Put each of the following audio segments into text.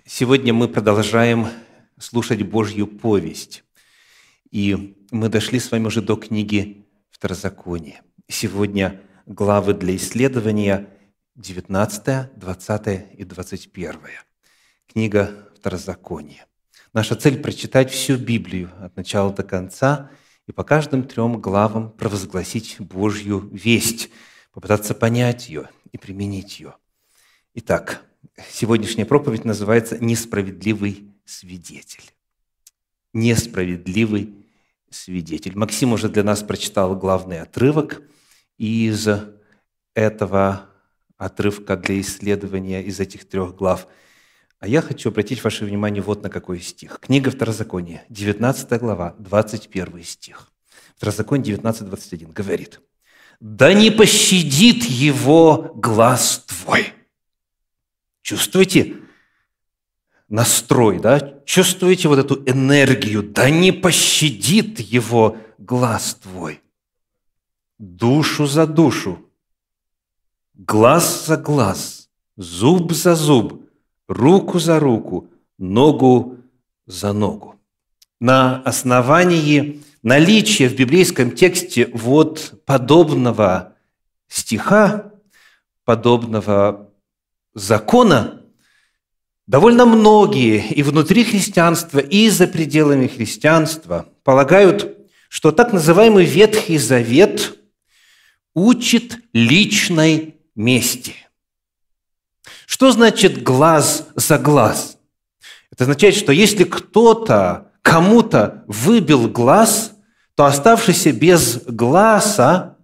Сегодня мы продолжаем слушать Божью повесть. И мы дошли с вами уже до книги Второзакония. Сегодня главы для исследования 19, 20 и 21. Книга Второзакония. Наша цель – прочитать всю Библию от начала до конца и по каждым 3 главам провозгласить Божью весть, попытаться понять ее и применить ее. Итак, сегодняшняя проповедь называется «Несправедливый свидетель». Несправедливый свидетель. Максим уже для нас прочитал главный отрывок из этого отрывка для исследования из этих 3 глав. А я хочу обратить ваше внимание вот на какой стих. Книга Второзакония, 19 глава, 21 стих. Второзаконие 19, 21 говорит: «Да не пощадит его глаз твой». Чувствуете настрой, да? Чувствуете вот эту энергию? Да не пощадит его глаз твой. Душу за душу, глаз за глаз, зуб за зуб, руку за руку, ногу за ногу. На основании наличия в библейском тексте вот подобного стиха, подобного закона, довольно многие и внутри христианства, и за пределами христианства полагают, что так называемый Ветхий Завет учит личной мести. Что значит глаз за глаз? Это означает, что если кто-то кому-то выбил глаз, то оставшийся без глаза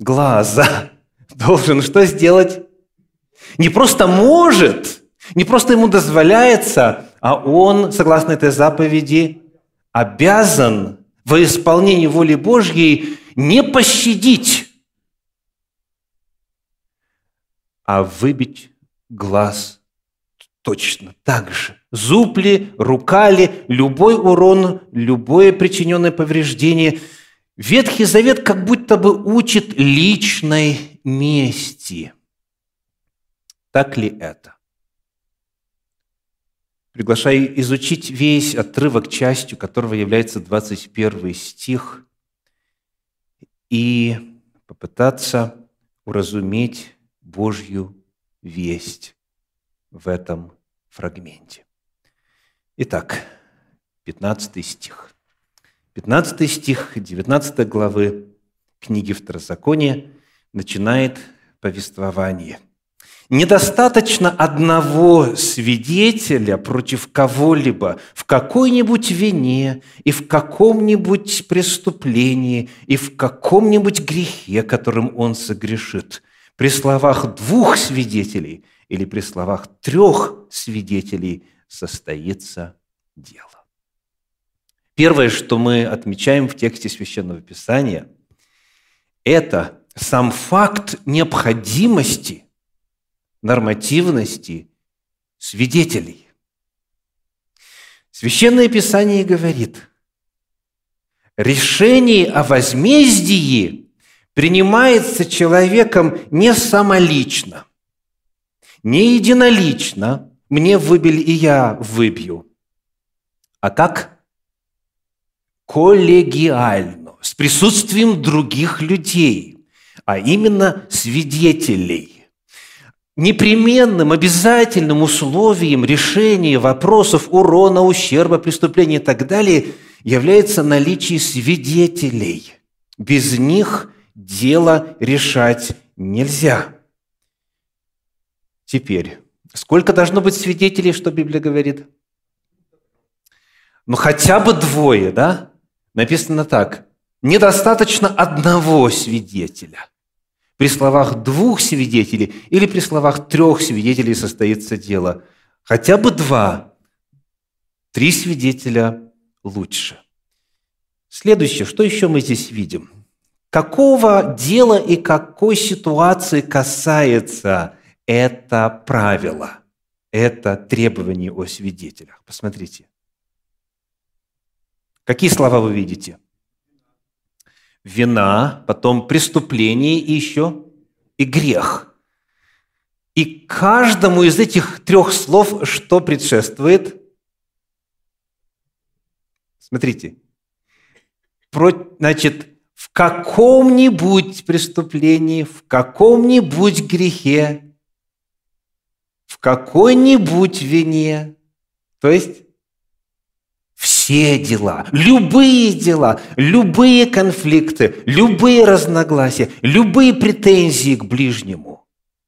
должен что сделать? Не просто может, не просто ему дозволяется, а он, согласно этой заповеди, обязан во исполнении воли Божьей не пощадить, а выбить глаз точно так же. Зуб ли, рука ли, любой урон, любое причиненное повреждение. Ветхий Завет как будто бы учит личной мести. Так ли это? Приглашаю изучить весь отрывок, частью которого является 21 стих, и попытаться уразуметь Божью весть в этом фрагменте. Итак, 15 стих. 15 стих 19 главы книги Второзакония начинает повествование. Недостаточно одного свидетеля против кого-либо в какой-нибудь вине и в каком-нибудь преступлении и в каком-нибудь грехе, которым он согрешит. При словах 2 свидетелей или при словах 3 свидетелей состоится дело. Первое, что мы отмечаем в тексте Священного Писания, это сам факт необходимости нормативности свидетелей. Священное Писание говорит: решение о возмездии принимается человеком не самолично, не единолично, мне выбили и я выбью, а как коллегиально, с присутствием других людей, а именно свидетелей. Непременным, обязательным условием решения вопросов урона, ущерба, преступления и так далее является наличие свидетелей. Без них дело решать нельзя. Теперь, сколько должно быть свидетелей, что Библия говорит? Ну, хотя бы 2, да? Написано так: недостаточно одного свидетеля. При словах 2 свидетелей или при словах 3 свидетелей состоится дело. Хотя бы 2, 3 свидетеля лучше. Следующее, что еще мы здесь видим? Какого дела и какой ситуации касается это правило, это требование о свидетелях? Посмотрите. Какие слова вы видите? Вина, потом преступление и еще и грех. И каждому из этих трех слов что предшествует? Смотрите. Значит, в каком-нибудь преступлении, в каком-нибудь грехе, в какой-нибудь вине, то есть все дела, любые конфликты, любые разногласия, любые претензии к ближнему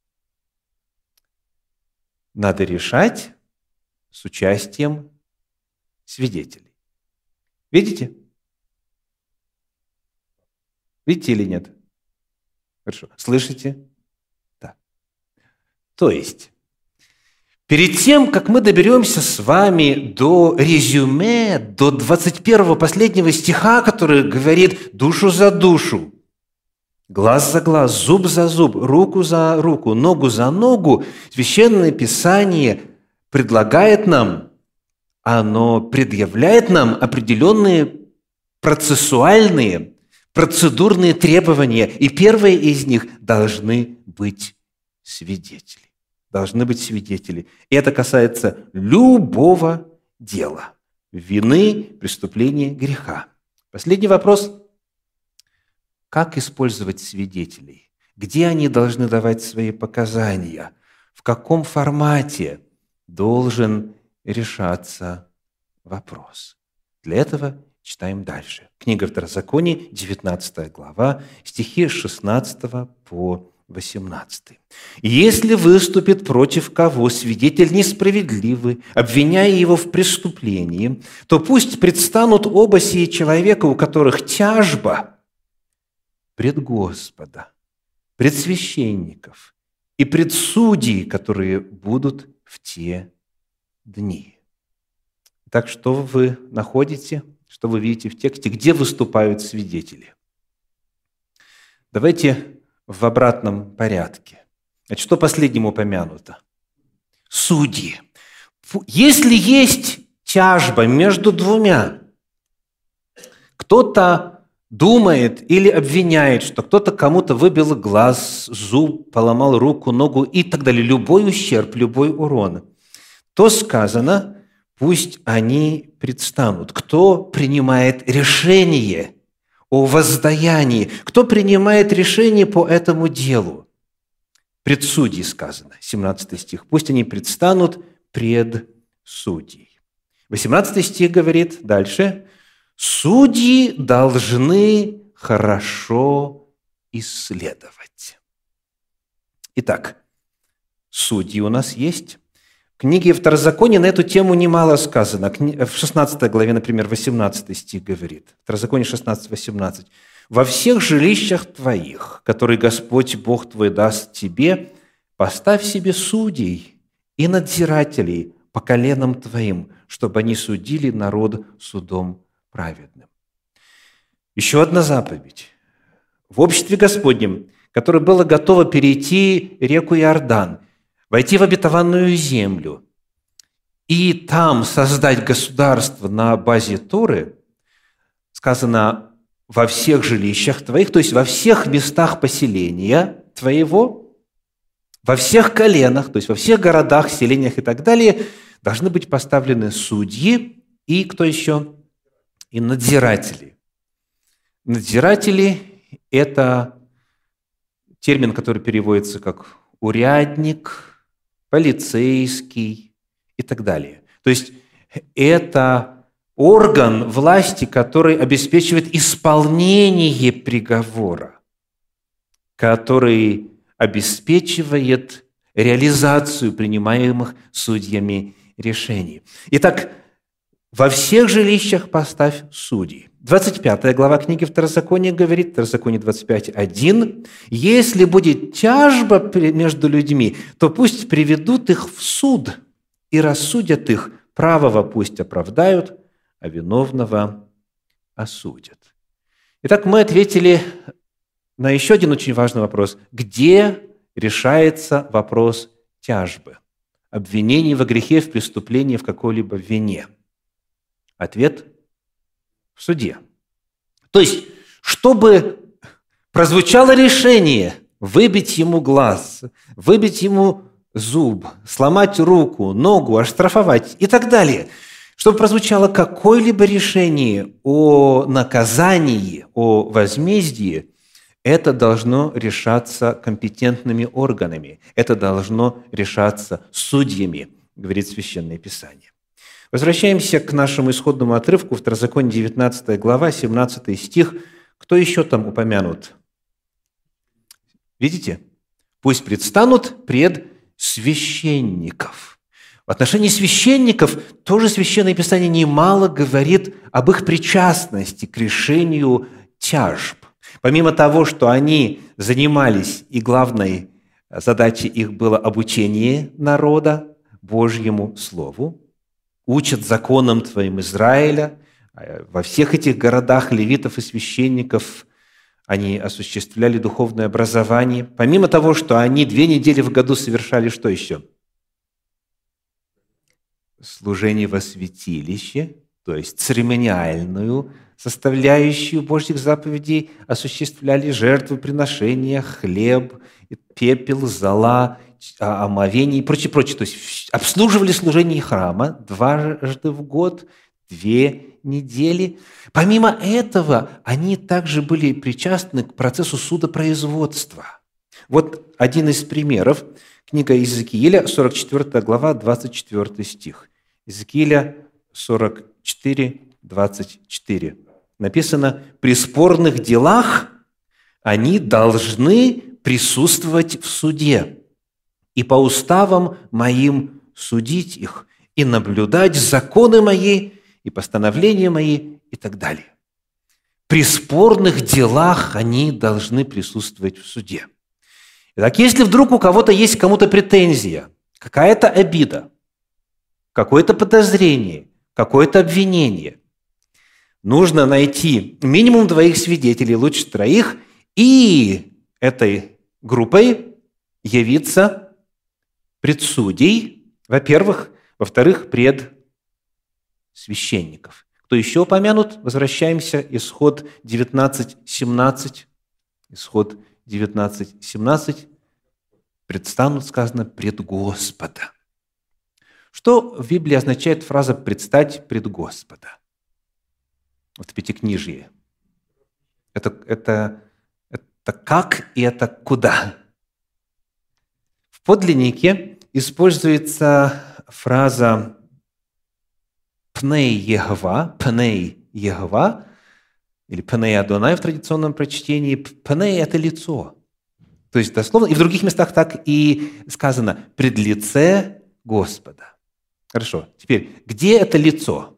надо решать с участием свидетелей. Видите? Видите или нет? Хорошо. Слышите? Да. То есть, перед тем, как мы доберемся с вами до резюме, до 21-го последнего стиха, который говорит «душу за душу», глаз за глаз, зуб за зуб, руку за руку, ногу за ногу, Священное Писание предлагает нам, оно предъявляет нам определенные процессуальные, процедурные требования, и первые из них должны быть свидетели. Должны быть свидетели. И это касается любого дела, вины, преступления, греха. Последний вопрос. Как использовать свидетелей? Где они должны давать свои показания? В каком формате должен решаться вопрос? Для этого читаем дальше. Книга Второзакония, 19 глава, стихи с 16 по 18. «Если выступит против кого свидетель несправедливый, обвиняя его в преступлении, то пусть предстанут оба сии человека, у которых тяжба, пред Господа, пред священников и пред судей, которые будут в те дни». Так что вы находите, что вы видите в тексте, где выступают свидетели? Давайте в обратном порядке. Значит, что последним упомянуто? Судьи. Если есть тяжба между двумя, кто-то думает или обвиняет, что кто-то кому-то выбил глаз, зуб, поломал руку, ногу и так далее, любой ущерб, любой урон, то сказано, пусть они предстанут. Кто принимает решение о воздаянии? Кто принимает решение по этому делу? Пред судьей сказано, 17 стих. Пусть они предстанут пред судьей. 18 стих говорит дальше. Судьи должны хорошо исследовать. Итак, судьи у нас есть. В книге Второзакония на эту тему немало сказано. В 16 главе, например, 18 стих говорит. Второзаконие 16, 18. «Во всех жилищах твоих, которые Господь Бог твой даст тебе, поставь себе судей и надзирателей по коленам твоим, чтобы они судили народ судом праведным». Еще одна заповедь. В обществе Господнем, которое было готово перейти реку Иордан, войти в обетованную землю и там создать государство на базе Торы, сказано во всех жилищах твоих, то есть во всех местах поселения твоего, во всех коленах, то есть во всех городах, селениях и так далее, должны быть поставлены судьи и кто еще? И надзиратели. Надзиратели – это термин, который переводится как урядник, полицейский и так далее. То есть это орган власти, который обеспечивает исполнение приговора, который обеспечивает реализацию принимаемых судьями решений. Итак, во всех жилищах поставь судей. 25 глава книги Второзакония говорит, Второзаконие 25:1, «Если будет тяжба между людьми, то пусть приведут их в суд и рассудят их, правого пусть оправдают, а виновного осудят». Итак, мы ответили на еще один очень важный вопрос. Где решается вопрос тяжбы? Обвинений во грехе, в преступлении, в какой-либо вине? Ответ – в суде. То есть, чтобы прозвучало решение выбить ему глаз, выбить ему зуб, сломать руку, ногу, оштрафовать и так далее. Чтобы прозвучало какое-либо решение о наказании, о возмездии, это должно решаться компетентными органами, это должно решаться судьями, говорит Священное Писание. Возвращаемся к нашему исходному отрывку, Второзаконие, 19 глава, 17 стих. Кто еще там упомянут? Видите? «Пусть предстанут пред священников». В отношении священников тоже Священное Писание немало говорит об их причастности к решению тяжб. Помимо того, что они занимались, и главной задачей их было обучение народа Божьему Слову, учат законам Твоим Израиля, во всех этих городах левитов и священников они осуществляли духовное образование. Помимо того, что они 2 недели в году совершали что еще? Служение во святилище, то есть церемониальную составляющую Божьих заповедей, осуществляли жертвоприношения, хлеб, пепел, зола, омовение и прочее, прочее. То есть обслуживали служение храма 2 раза в год, 2 недели. Помимо этого, они также были причастны к процессу судопроизводства. Вот один из примеров. Книга Иезекииля, 44 глава, 24 стих. Иезекииля 44, 24. Написано: «При спорных делах они должны присутствовать в суде, и по уставам моим судить их, и наблюдать законы мои, и постановления мои, и так далее». При спорных делах они должны присутствовать в суде. Итак, если вдруг у кого-то есть к кому-то претензия, какая-то обида, какое-то подозрение, какое-то обвинение, нужно найти минимум 2 свидетелей, лучше 3, и этой группой явиться пред судей, во-первых, во-вторых, пред священников. Кто еще упомянут? Возвращаемся, Исход 19:17. Исход 19:17. «Предстанут», сказано, «пред Господа». Что в Библии означает фраза «предстать пред Господа»? Вот в Пятикнижии. Это как и это куда? В подлиннике используется фраза «пней Егова», или «пней Адонай» в традиционном прочтении. «Пней» – это лицо. То есть дословно, и в других местах так и сказано «пред лице Господа». Хорошо. Теперь, где это лицо?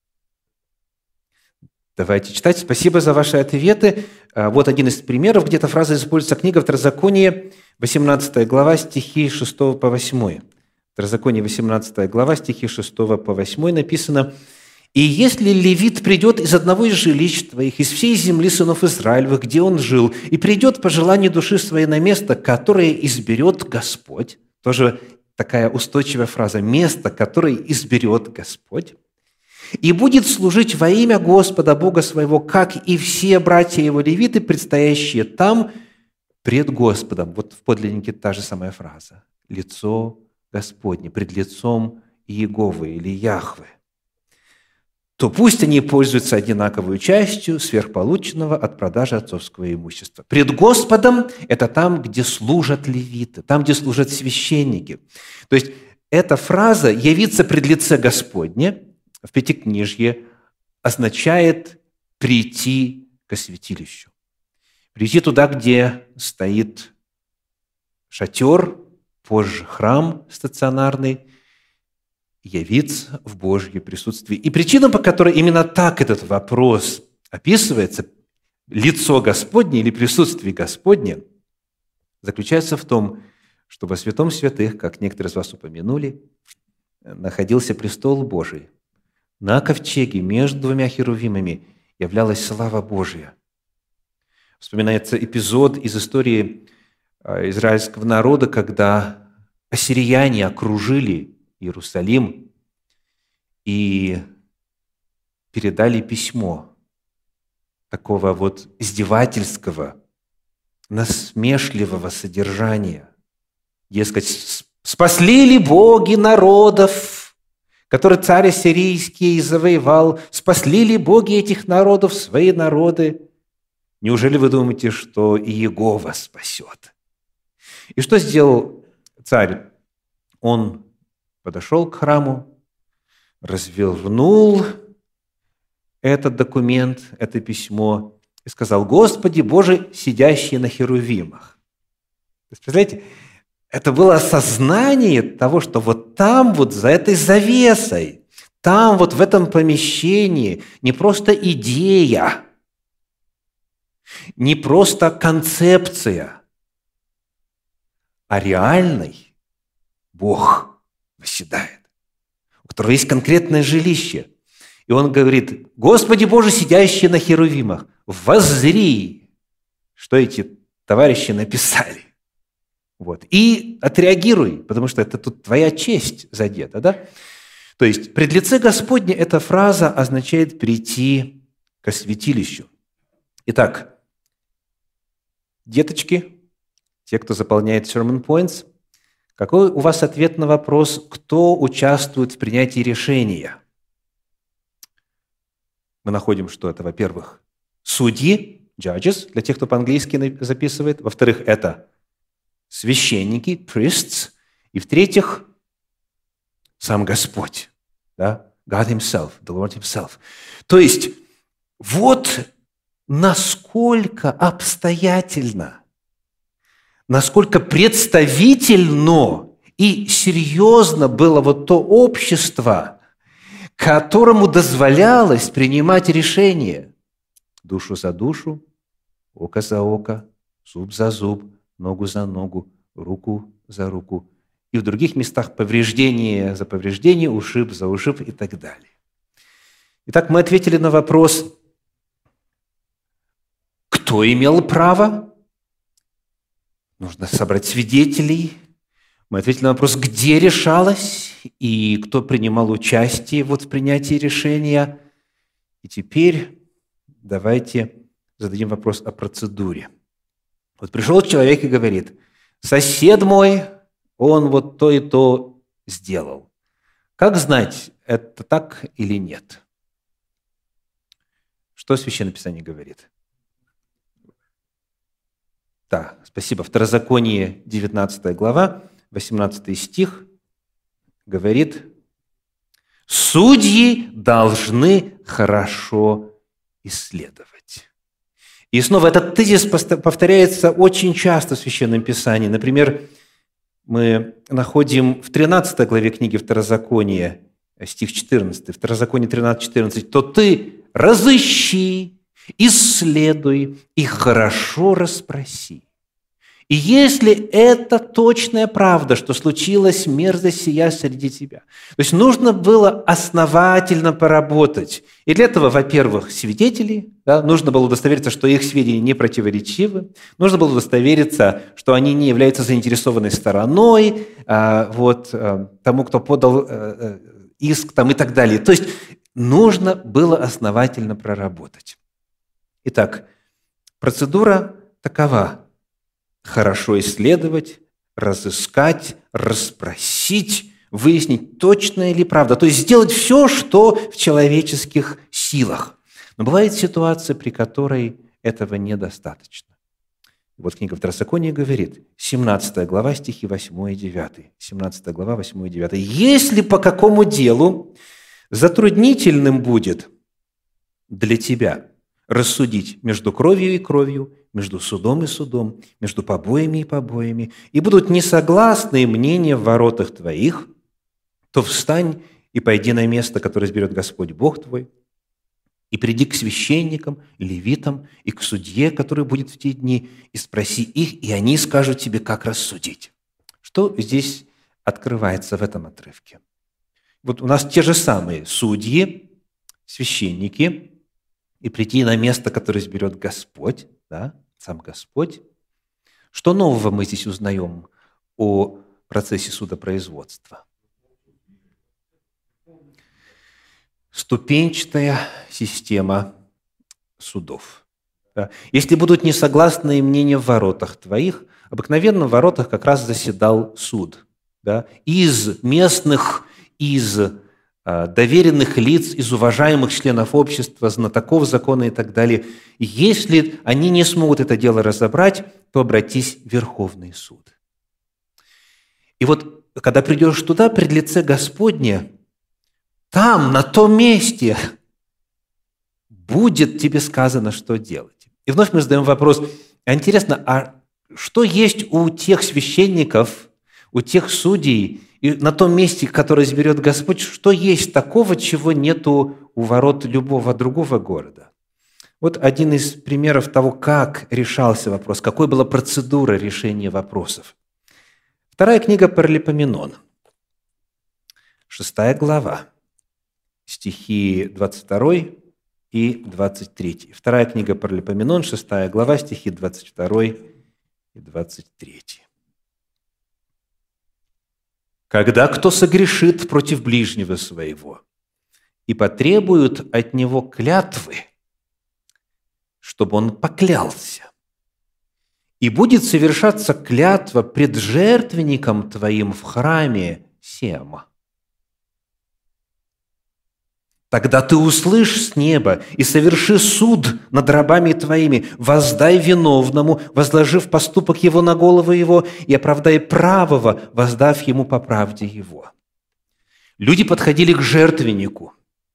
Давайте читать. Спасибо за ваши ответы. Вот один из примеров, где эта фраза используется. Книга Второзаконие, 18 глава, стихи 6 по 8. Второзаконие, 18 глава, стихи 6 по 8 написано: «И если левит придет из одного из жилищ твоих, из всей земли сынов Израилевых, где он жил, и придет по желанию души своей на место, которое изберет Господь», тоже такая устойчивая фраза, «место, которое изберет Господь, и будет служить во имя Господа Бога своего, как и все братья его левиты, предстоящие там пред Господом». Вот в подлиннике та же самая фраза. Лицо Господне, пред лицом Иеговы или Яхвы. То пусть они пользуются одинаковой частью сверхполученного от продажи отцовского имущества. Пред Господом – это там, где служат левиты, там, где служат священники. То есть эта фраза «явиться пред лице Господне» в Пятикнижье означает прийти ко святилищу. Прийти туда, где стоит шатер, позже храм стационарный, явиться в Божье присутствие. И причина, по которой именно так этот вопрос описывается, лицо Господне или присутствие Господне, заключается в том, что во святом святых, как некоторые из вас упомянули, находился престол Божий. На ковчеге между 2 херувимами являлась слава Божья. Вспоминается эпизод из истории израильского народа, когда ассирияне окружили Иерусалим и передали письмо такого вот издевательского, насмешливого содержания. Дескать, Спасли ли боги народов, которые царь ассирийский завоевал? Спасли ли боги этих народов свои народы? Неужели вы думаете, что и Иегова спасет? И что сделал царь? Он подошел к храму, развернул этот документ, это письмо, и сказал: «Господи Боже, сидящий на херувимах». То есть, представляете, это было осознание того, что вот там, вот за этой завесой, там, вот в этом помещении не просто идея, не просто концепция, а реальный Бог восседает, у которого есть конкретное жилище. И он говорит: «Господи Боже, сидящий на херувимах, воззри, что эти товарищи написали. Вот. И отреагируй, потому что это тут твоя честь задета». Да? То есть «пред лице Господне» эта фраза означает прийти ко святилищу. Итак, деточки, те, кто заполняет sermon points, какой у вас ответ на вопрос, кто участвует в принятии решения? Мы находим, что это, во-первых, судьи, judges, для тех, кто по-английски записывает. Во-вторых, это священники, priests. И в-третьих, сам Господь, да? God Himself, the Lord Himself. То есть вот насколько обстоятельно, насколько представительно и серьезно было вот то общество, которому дозволялось принимать решения душу за душу, око за око, зуб за зуб, ногу за ногу, руку за руку, и в других местах повреждение за повреждение, ушиб за ушиб и так далее. Итак, мы ответили на вопрос, кто имел право? Нужно собрать свидетелей. Мы ответили на вопрос, где решалось и кто принимал участие вот в принятии решения. И теперь давайте зададим вопрос о процедуре. Вот пришел человек и говорит: сосед мой, он вот то и то сделал. Как знать, это так или нет? Что Священное Писание говорит? Да, спасибо. Второзаконие, 19 глава, 18 стих говорит: судьи должны хорошо исследовать. И снова этот тезис повторяется очень часто в Священном Писании. Например, мы находим в 13 главе книги Второзакония, стих 14, Второзаконие 13:14, «То ты разыщи, исследуй и хорошо расспроси. И если это точная правда, что случилась мерзость сия среди тебя». То есть нужно было основательно поработать. И для этого, во-первых, свидетели, да, нужно было удостовериться, что их сведения не противоречивы, нужно было удостовериться, что они не являются заинтересованной стороной, тому, кто подал иск там, и так далее. То есть нужно было основательно проработать. Итак, процедура такова: хорошо исследовать, разыскать, расспросить, выяснить, точная ли правда. То есть сделать все, что в человеческих силах. Но бывает ситуация, при которой этого недостаточно. Вот книга Второзакония говорит, 17 глава, стихи 8 и 9. 17 глава, 8 и 9. «Если по какому делу затруднительным будет для тебя рассудить между кровью и кровью, между судом и судом, между побоями и побоями, и будут несогласные мнения в воротах твоих, то встань и пойди на место, которое изберет Господь Бог твой, и приди к священникам, левитам и к судье, который будет в те дни, и спроси их, и они скажут тебе, как рассудить». Что здесь открывается в этом отрывке? Вот у нас те же самые судьи, священники, и прийти на место, которое изберет Господь, да, сам Господь. Что нового мы здесь узнаем о процессе судопроизводства? Ступенчатая система судов. Да. Если будут несогласные мнения в воротах твоих, обыкновенно в воротах как раз заседал суд. да, из местных, из доверенных лиц, из уважаемых членов общества, знатоков закона и так далее. И если они не смогут это дело разобрать, то обратись в Верховный суд. И вот, когда придешь туда, пред лице Господне, там, на том месте, будет тебе сказано, что делать. И вновь мы задаем вопрос, а интересно, а что есть у тех священников, у тех судей, и на том месте, которое изберет Господь, что есть такого, чего нету у ворот любого другого города? Вот один из примеров того, как решался вопрос, какой была процедура решения вопросов. Вторая книга Паралипоменон, 6 глава, стихи 22 и 23. Вторая книга Паралипоменон, 6 глава, стихи 22 и 23. «Когда кто согрешит против ближнего своего и потребует от него клятвы, чтобы он поклялся, и будет совершаться клятва пред жертвенником твоим в храме Сема, тогда ты услышь с неба и соверши суд над рабами твоими, воздай виновному, возложив поступок его на голову его, и оправдай правого, воздав ему по правде его». Люди подходили к жертвеннику,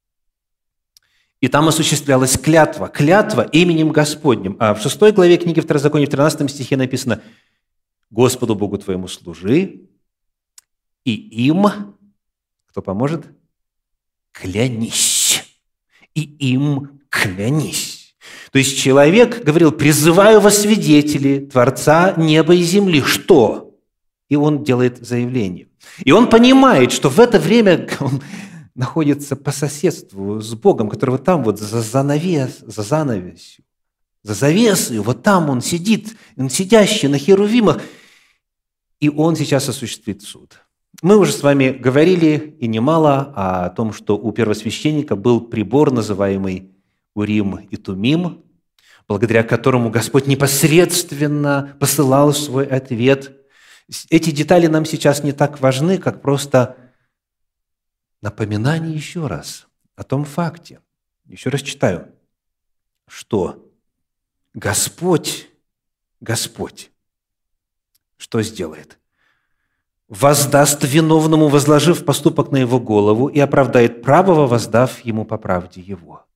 и там осуществлялась клятва именем Господним. А в 6 главе книги Второзакония, в 13 стихе написано: «Господу Богу твоему служи, и им, кто поможет, клянись, и им клянись». То есть человек говорил: «Призываю во свидетели Творца неба и земли». Что? И он делает заявление. И он понимает, что в это время он находится по соседству с Богом, которого там вот за занавесью, за завесой, вот там он сидит, он сидящий на херувимах, и он сейчас осуществит суд. Мы уже с вами говорили и немало о том, что у первосвященника был прибор, называемый Урим и Тумим, благодаря которому Господь непосредственно посылал свой ответ. Эти детали нам сейчас не так важны, как просто напоминание еще раз о том факте. Еще раз читаю, что Господь, что сделает? Воздаст виновному, возложив поступок на его голову, и оправдает правого, воздав ему по правде его.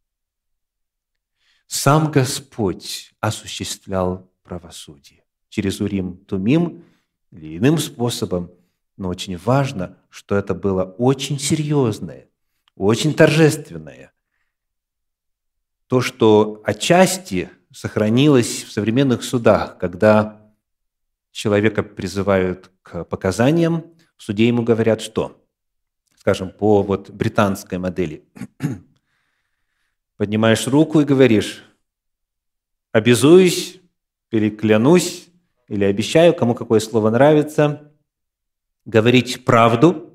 Сам Господь осуществлял правосудие через Урим, Тумим или иным способом, но очень важно, что это было очень серьезное, очень торжественное. То, что отчасти сохранилось в современных судах, когда человека призывают к показаниям, в суде ему говорят, что, скажем, по вот британской модели, поднимаешь руку и говоришь: «Обязуюсь» или «клянусь» или «обещаю», кому какое слово нравится, говорить правду,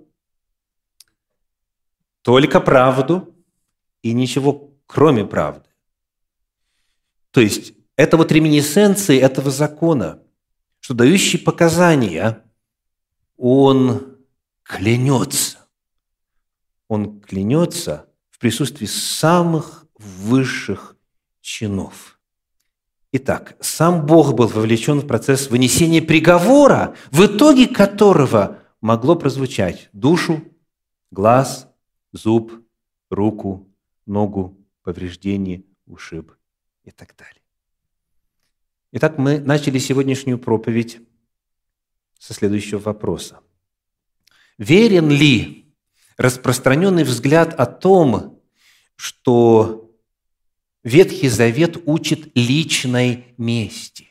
только правду и ничего кроме правды. То есть это вот реминисценции этого закона, что дающий показания, он клянется. Он клянется в присутствии самых высших чинов. Итак, сам Бог был вовлечен в процесс вынесения приговора, в итоге которого могло прозвучать душу, глаз, зуб, руку, ногу, повреждение, ушиб и так далее. Итак, мы начали сегодняшнюю проповедь со следующего вопроса. Верен ли распространенный взгляд о том, что Ветхий Завет учит личной мести?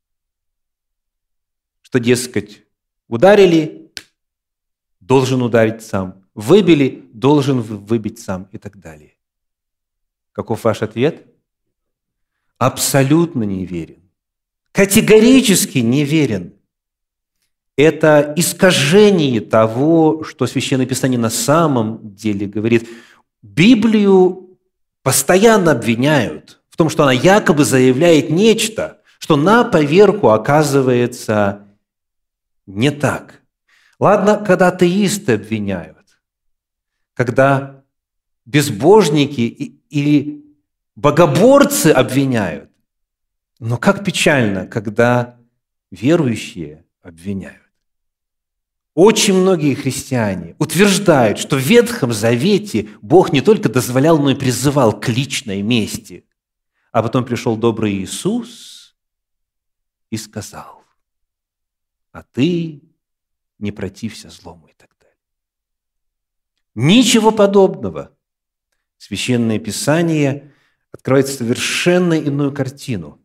Что, дескать, ударили, должен ударить сам, выбили, должен выбить сам и так далее. Каков ваш ответ? Абсолютно не верен. Категорически не верен. Это искажение того, что Священное Писание на самом деле говорит. Библию постоянно обвиняют в том, что она якобы заявляет нечто, что на поверку оказывается не так. Ладно, когда атеисты обвиняют, когда безбожники или богоборцы обвиняют. Но как печально, когда верующие обвиняют. Очень многие христиане утверждают, что в Ветхом Завете Бог не только дозволял, но и призывал к личной мести. А потом пришел добрый Иисус и сказал: а ты не протився злому и так далее. Ничего подобного. Священное Писание открывает совершенно иную картину.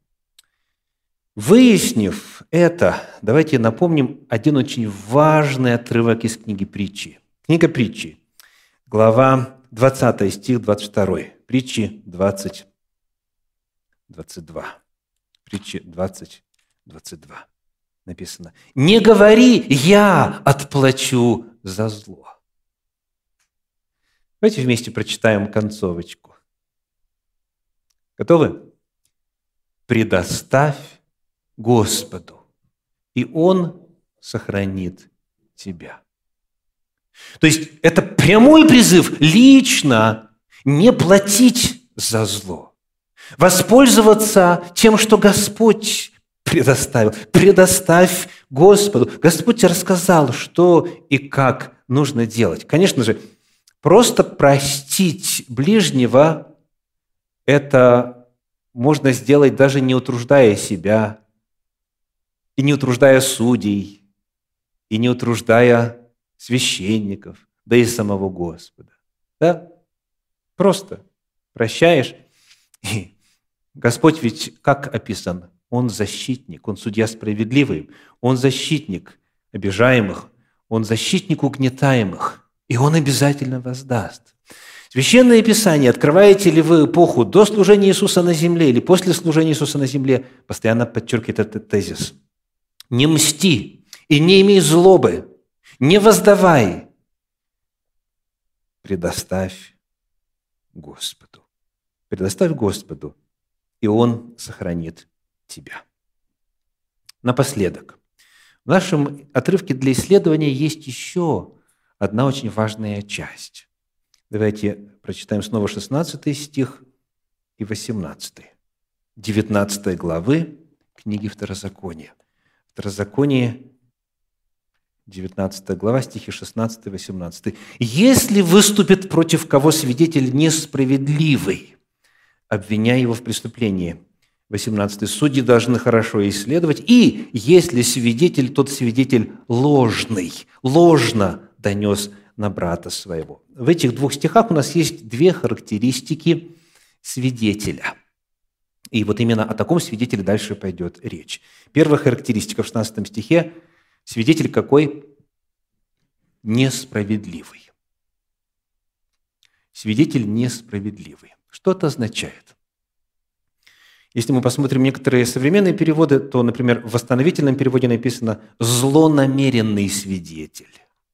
Выяснив это, давайте напомним один очень важный отрывок из книги Притчи. Книга Притчи, глава 20, стих 22. Притчи 20, 22. Притчи 20, 22. Написано: «Не говори, я отплачу за зло». Давайте вместе прочитаем концовочку. Готовы? «Предоставь Господу, и Он сохранит тебя». То есть это прямой призыв лично не платить за зло, воспользоваться тем, что Господь предоставил. Предоставь Господу. Господь тебе рассказал, что и как нужно делать. Конечно же, просто простить ближнего – это можно сделать, даже не утруждая себя, и не утруждая судей, и не утруждая священников, да и самого Господа. Да? Просто прощаешь. И Господь ведь как описан? Он защитник, Он судья справедливый, Он защитник обижаемых, Он защитник угнетаемых, и Он обязательно воздаст. Священное Писание, открываете ли вы эпоху до служения Иисуса на земле или после служения Иисуса на земле, постоянно подчеркивает этот тезис. Не мсти и не имей злобы, не воздавай, предоставь Господу. Предоставь Господу, и Он сохранит тебя. Напоследок, в нашем отрывке для исследования есть еще одна очень важная часть. Давайте прочитаем снова 16 стих и 18. 19 главы книги Второзакония. Второзаконие, 19 глава, стихи 16 и 18. «Если выступит против кого свидетель несправедливый, обвиняя его в преступлении». 18. «Судьи должны хорошо исследовать, и если свидетель, тот свидетель ложный, ложно донес на брата своего». В этих двух стихах у нас есть две характеристики свидетеля. И вот именно о таком свидетеле дальше пойдет речь. Первая характеристика в 16 стихе – свидетель какой? Несправедливый. Свидетель несправедливый. Что это означает? Если мы посмотрим некоторые современные переводы, то, например, в восстановительном переводе написано «злонамеренный свидетель».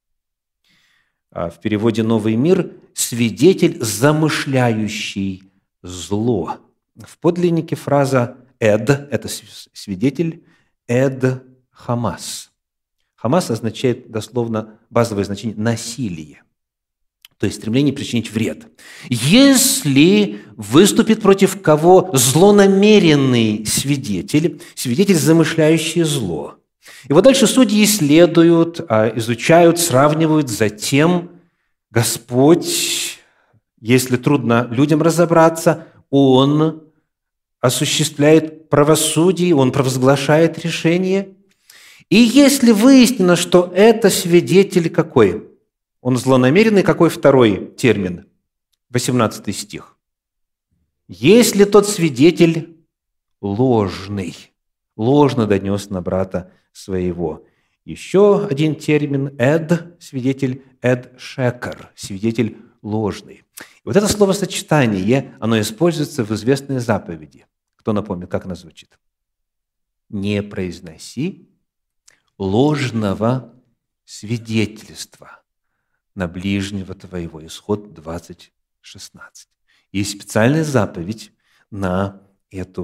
А в переводе «Новый мир» – свидетель, замышляющий зло. В подлиннике фраза «эд» – это свидетель, «эд хамас». Хамас означает дословно базовое значение «насилие», то есть стремление причинить вред. Если выступит против кого злонамеренный свидетель, свидетель, замышляющий зло. И вот дальше судьи исследуют, изучают, сравнивают, затем Господь, если трудно людям разобраться, Он осуществляет правосудие, Он провозглашает решение. И если выяснено, что это свидетель какой? Он злонамеренный, какой второй термин? 18 стих. Если тот свидетель ложный, ложно донес на брата своего. Еще один термин «эд», свидетель «эд шекер», свидетель ложный. И вот это словосочетание, оно используется в известной заповеди. Кто напомнит, как она звучит? «Не произноси ложного свидетельства на ближнего твоего». Исход 20:16. Есть специальная заповедь на эту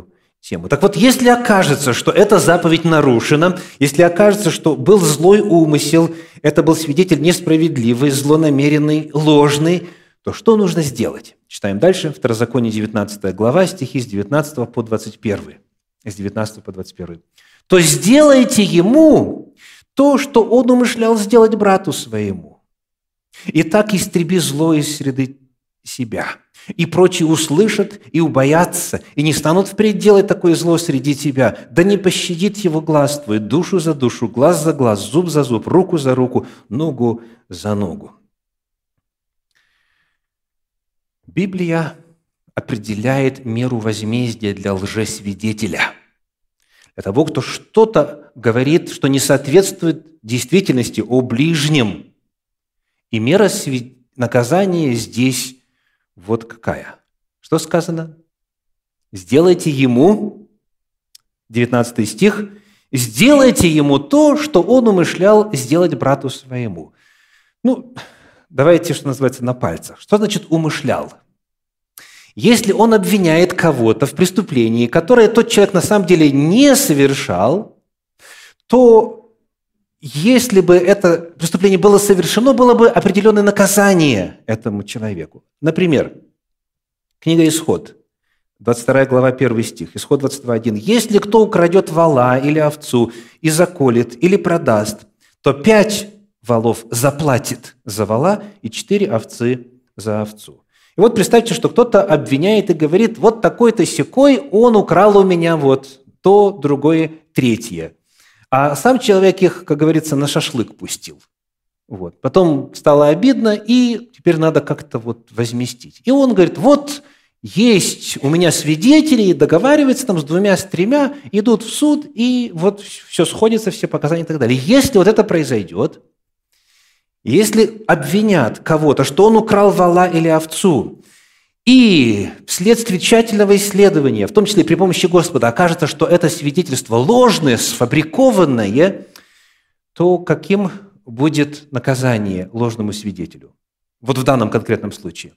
тему. Так вот, если окажется, что эта заповедь нарушена, если окажется, что был злой умысел, это был свидетель несправедливый, злонамеренный, ложный, то что нужно сделать? Читаем дальше, Второзаконие 19 глава, стихи с 19 по 21. С 19 по 21. «То сделайте ему то, что он умышлял сделать брату своему, и так истреби зло из среды себя. И прочие услышат и убоятся, и не станут впредь делать такое зло среди тебя. Да не пощадит его глаз твой, душу за душу, глаз за глаз, зуб за зуб, руку за руку, ногу за ногу». Библия определяет меру возмездия для лжесвидетеля, для того, кто что-то говорит, что не соответствует действительности о ближнем. И мера наказания здесь вот какая. Что сказано? «Сделайте ему», 19 стих, «сделайте ему то, что он умышлял сделать брату своему». Давайте, что называется, на пальцах. Что значит «умышлял»? Если он обвиняет кого-то в преступлении, которое тот человек на самом деле не совершал, то если бы это преступление было совершено, было бы определенное наказание этому человеку. Например, книга «Исход», 22 глава, 1 стих, Исход 22:1. «Если кто украдет вола или овцу и заколет или продаст, то 5 волов заплатит за вола и 4 овцы за овцу». И вот представьте, что кто-то обвиняет и говорит: вот такой-то сякой, он украл у меня вот то, другое, третье. А сам человек их, как говорится, на шашлык пустил. Вот. Потом стало обидно, и теперь надо как-то вот возместить. И он говорит: вот есть у меня свидетели, и договаривается там с 2, с 3, идут в суд, и вот все сходится, все показания и так далее. Если вот это произойдет, если обвинят кого-то, что он украл вола или овцу, и вследствие тщательного исследования, в том числе при помощи Господа, окажется, что это свидетельство ложное, сфабрикованное, то каким будет наказание ложному свидетелю? Вот в данном конкретном случае.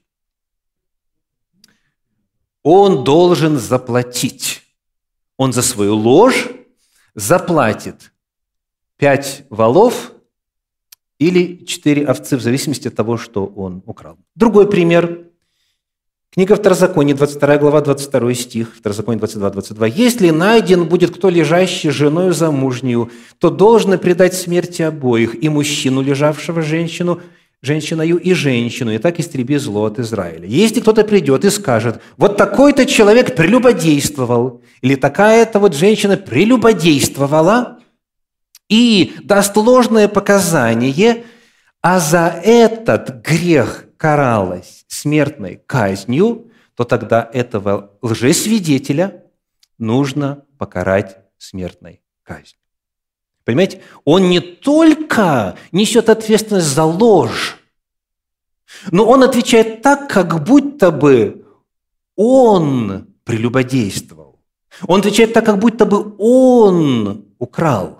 Он должен заплатить. Он за свою ложь заплатит 5 волов или 4 овцы, в зависимости от того, что он украл. Другой пример. Книга Второзакония, 22 глава, 22 стих, Второзаконие 22:22. «Если найден будет кто, лежащий женою замужнюю, то должно предать смерти обоих, и мужчину, лежавшего женщиною, и женщину, и так истреби зло от Израиля. Если кто-то придет и скажет: вот такой-то человек прелюбодействовал, или такая-то вот женщина прелюбодействовала, и даст ложное показание, а за этот грех каралась смертной казнью, то тогда этого лжесвидетеля нужно покарать смертной казнью». Понимаете, он не только несет ответственность за ложь, но он отвечает так, как будто бы он прелюбодействовал. Он отвечает так, как будто бы он украл.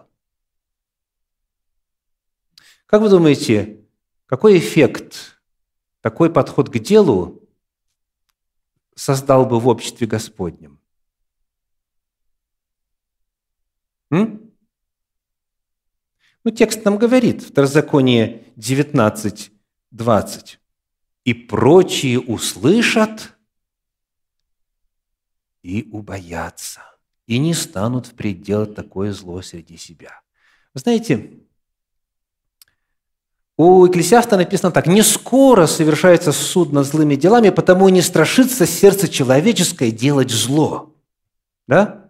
Как вы думаете, какой эффект такой подход к делу создал бы в обществе Господнем? Текст нам говорит, Второзаконие 19:20. «И прочие услышат и убоятся, и не станут впредь делать такое зло среди себя». Вы знаете, у Екклесиаста написано так: «Не скоро совершается суд над злыми делами, потому и не страшится сердце человеческое делать зло». Да?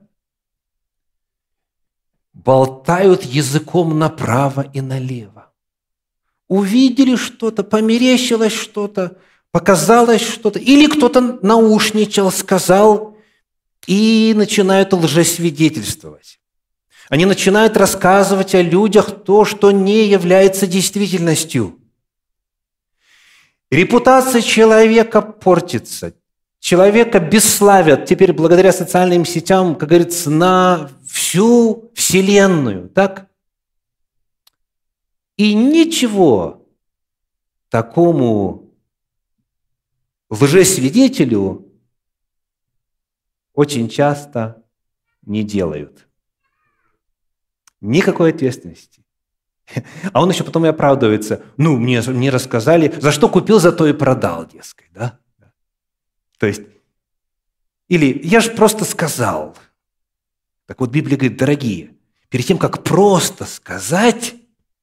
Болтают языком направо и налево. Увидели что-то, померещилось что-то, показалось что-то, или кто-то наушничал, сказал, и начинают лжесвидетельствовать. Они начинают рассказывать о людях то, что не является действительностью. Репутация человека портится. Человека бесславят теперь благодаря социальным сетям, как говорится, на всю вселенную. Так? И ничего такому лжесвидетелю очень часто не делают. Никакой ответственности. А он еще потом и оправдывается. Мне рассказали, за что купил, за то и продал, дескать. Да? То есть, или я же просто сказал. Так вот, Библия говорит, дорогие, перед тем, как просто сказать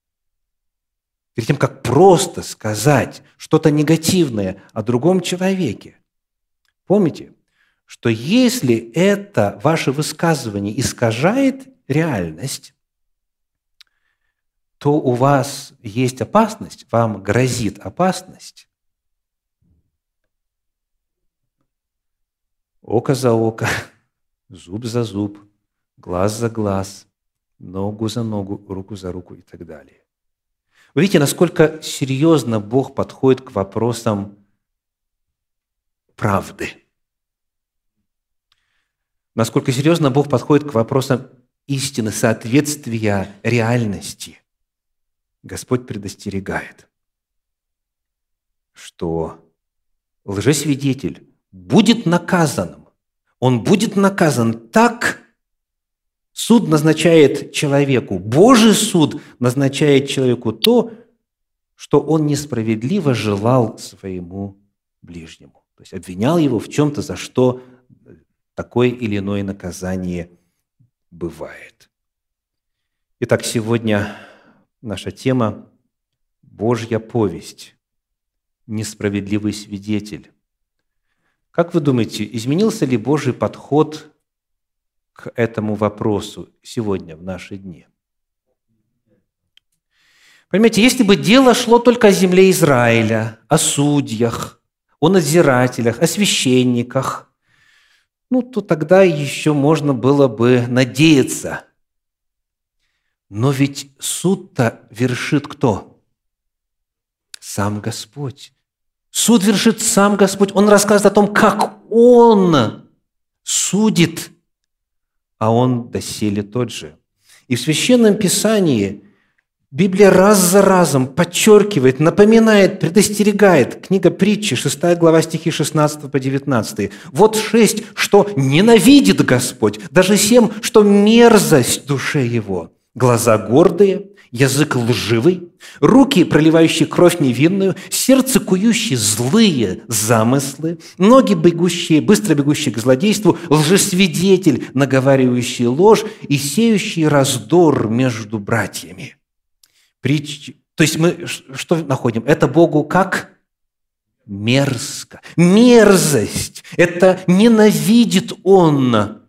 что-то негативное о другом человеке, помните, что если это ваше высказывание искажает реальность, то у вас есть опасность, вам грозит опасность. Око за око, зуб за зуб, глаз за глаз, ногу за ногу, руку за руку и так далее. Вы видите, насколько серьезно Бог подходит к вопросам правды. Насколько серьезно Бог подходит к вопросам истины, соответствия реальности. Господь предостерегает, что лжесвидетель будет наказанным. Он будет наказан так, суд назначает человеку, Божий суд назначает человеку то, что он несправедливо желал своему ближнему. То есть обвинял его в чем-то, за что такое или иное наказание бывает. Итак, сегодня наша тема – Божья повесть, несправедливый свидетель. Как вы думаете, изменился ли Божий подход к этому вопросу сегодня, в наши дни? Понимаете, если бы дело шло только о земле Израиля, о судьях, о надзирателях, о священниках, то тогда еще можно было бы надеяться. Но ведь суд-то вершит кто? Сам Господь. Суд вершит сам Господь. Он рассказывает о том, как Он судит, а Он доселе тот же. И в Священном Писании Библия раз за разом подчеркивает, напоминает, предостерегает. Книга Притчи, 6 глава, стихи 16 по 19. Вот 6, что ненавидит Господь, даже 7, что мерзость душе Его. Глаза гордые, язык лживый, руки, проливающие кровь невинную, сердце, кующие злые замыслы, ноги, быстро бегущие к злодейству, лжесвидетель, наговаривающий ложь и сеющий раздор между братьями. То есть мы что находим? Это Богу как? Мерзко. Мерзость. Это ненавидит Он. Потому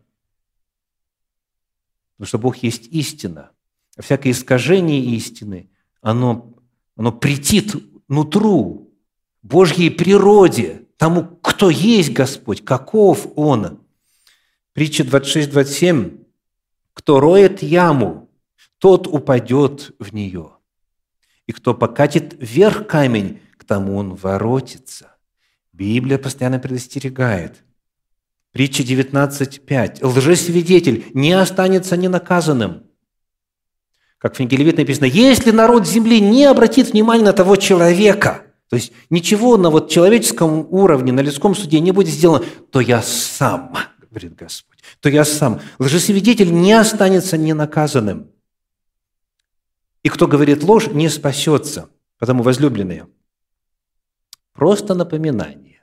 что Бог есть истина. А всякое искажение истины, оно претит нутру, Божьей природе, тому, кто есть Господь, каков Он. Притча 26-27. Кто роет яму, тот упадет в нее. И кто покатит вверх камень, к тому он воротится. Библия постоянно предостерегает. Притча 19:5. Лжесвидетель не останется ненаказанным. Как в книге Левит написано, если народ земли не обратит внимания на того человека, то есть ничего на человеческом уровне, на людском суде не будет сделано, то я сам, говорит Господь, то я сам. Лжесвидетель не останется ненаказанным. И кто говорит ложь, не спасется. Потому, возлюбленные, просто напоминание.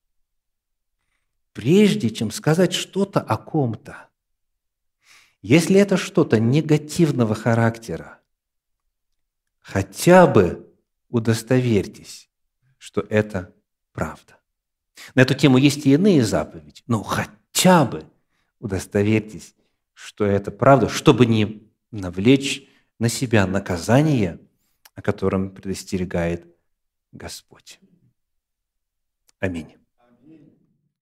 Прежде чем сказать что-то о ком-то, если это что-то негативного характера, хотя бы удостоверьтесь, что это правда. На эту тему есть и иные заповеди, но хотя бы удостоверьтесь, что это правда, чтобы не навлечь на себя наказание, о котором предостерегает Господь. Аминь.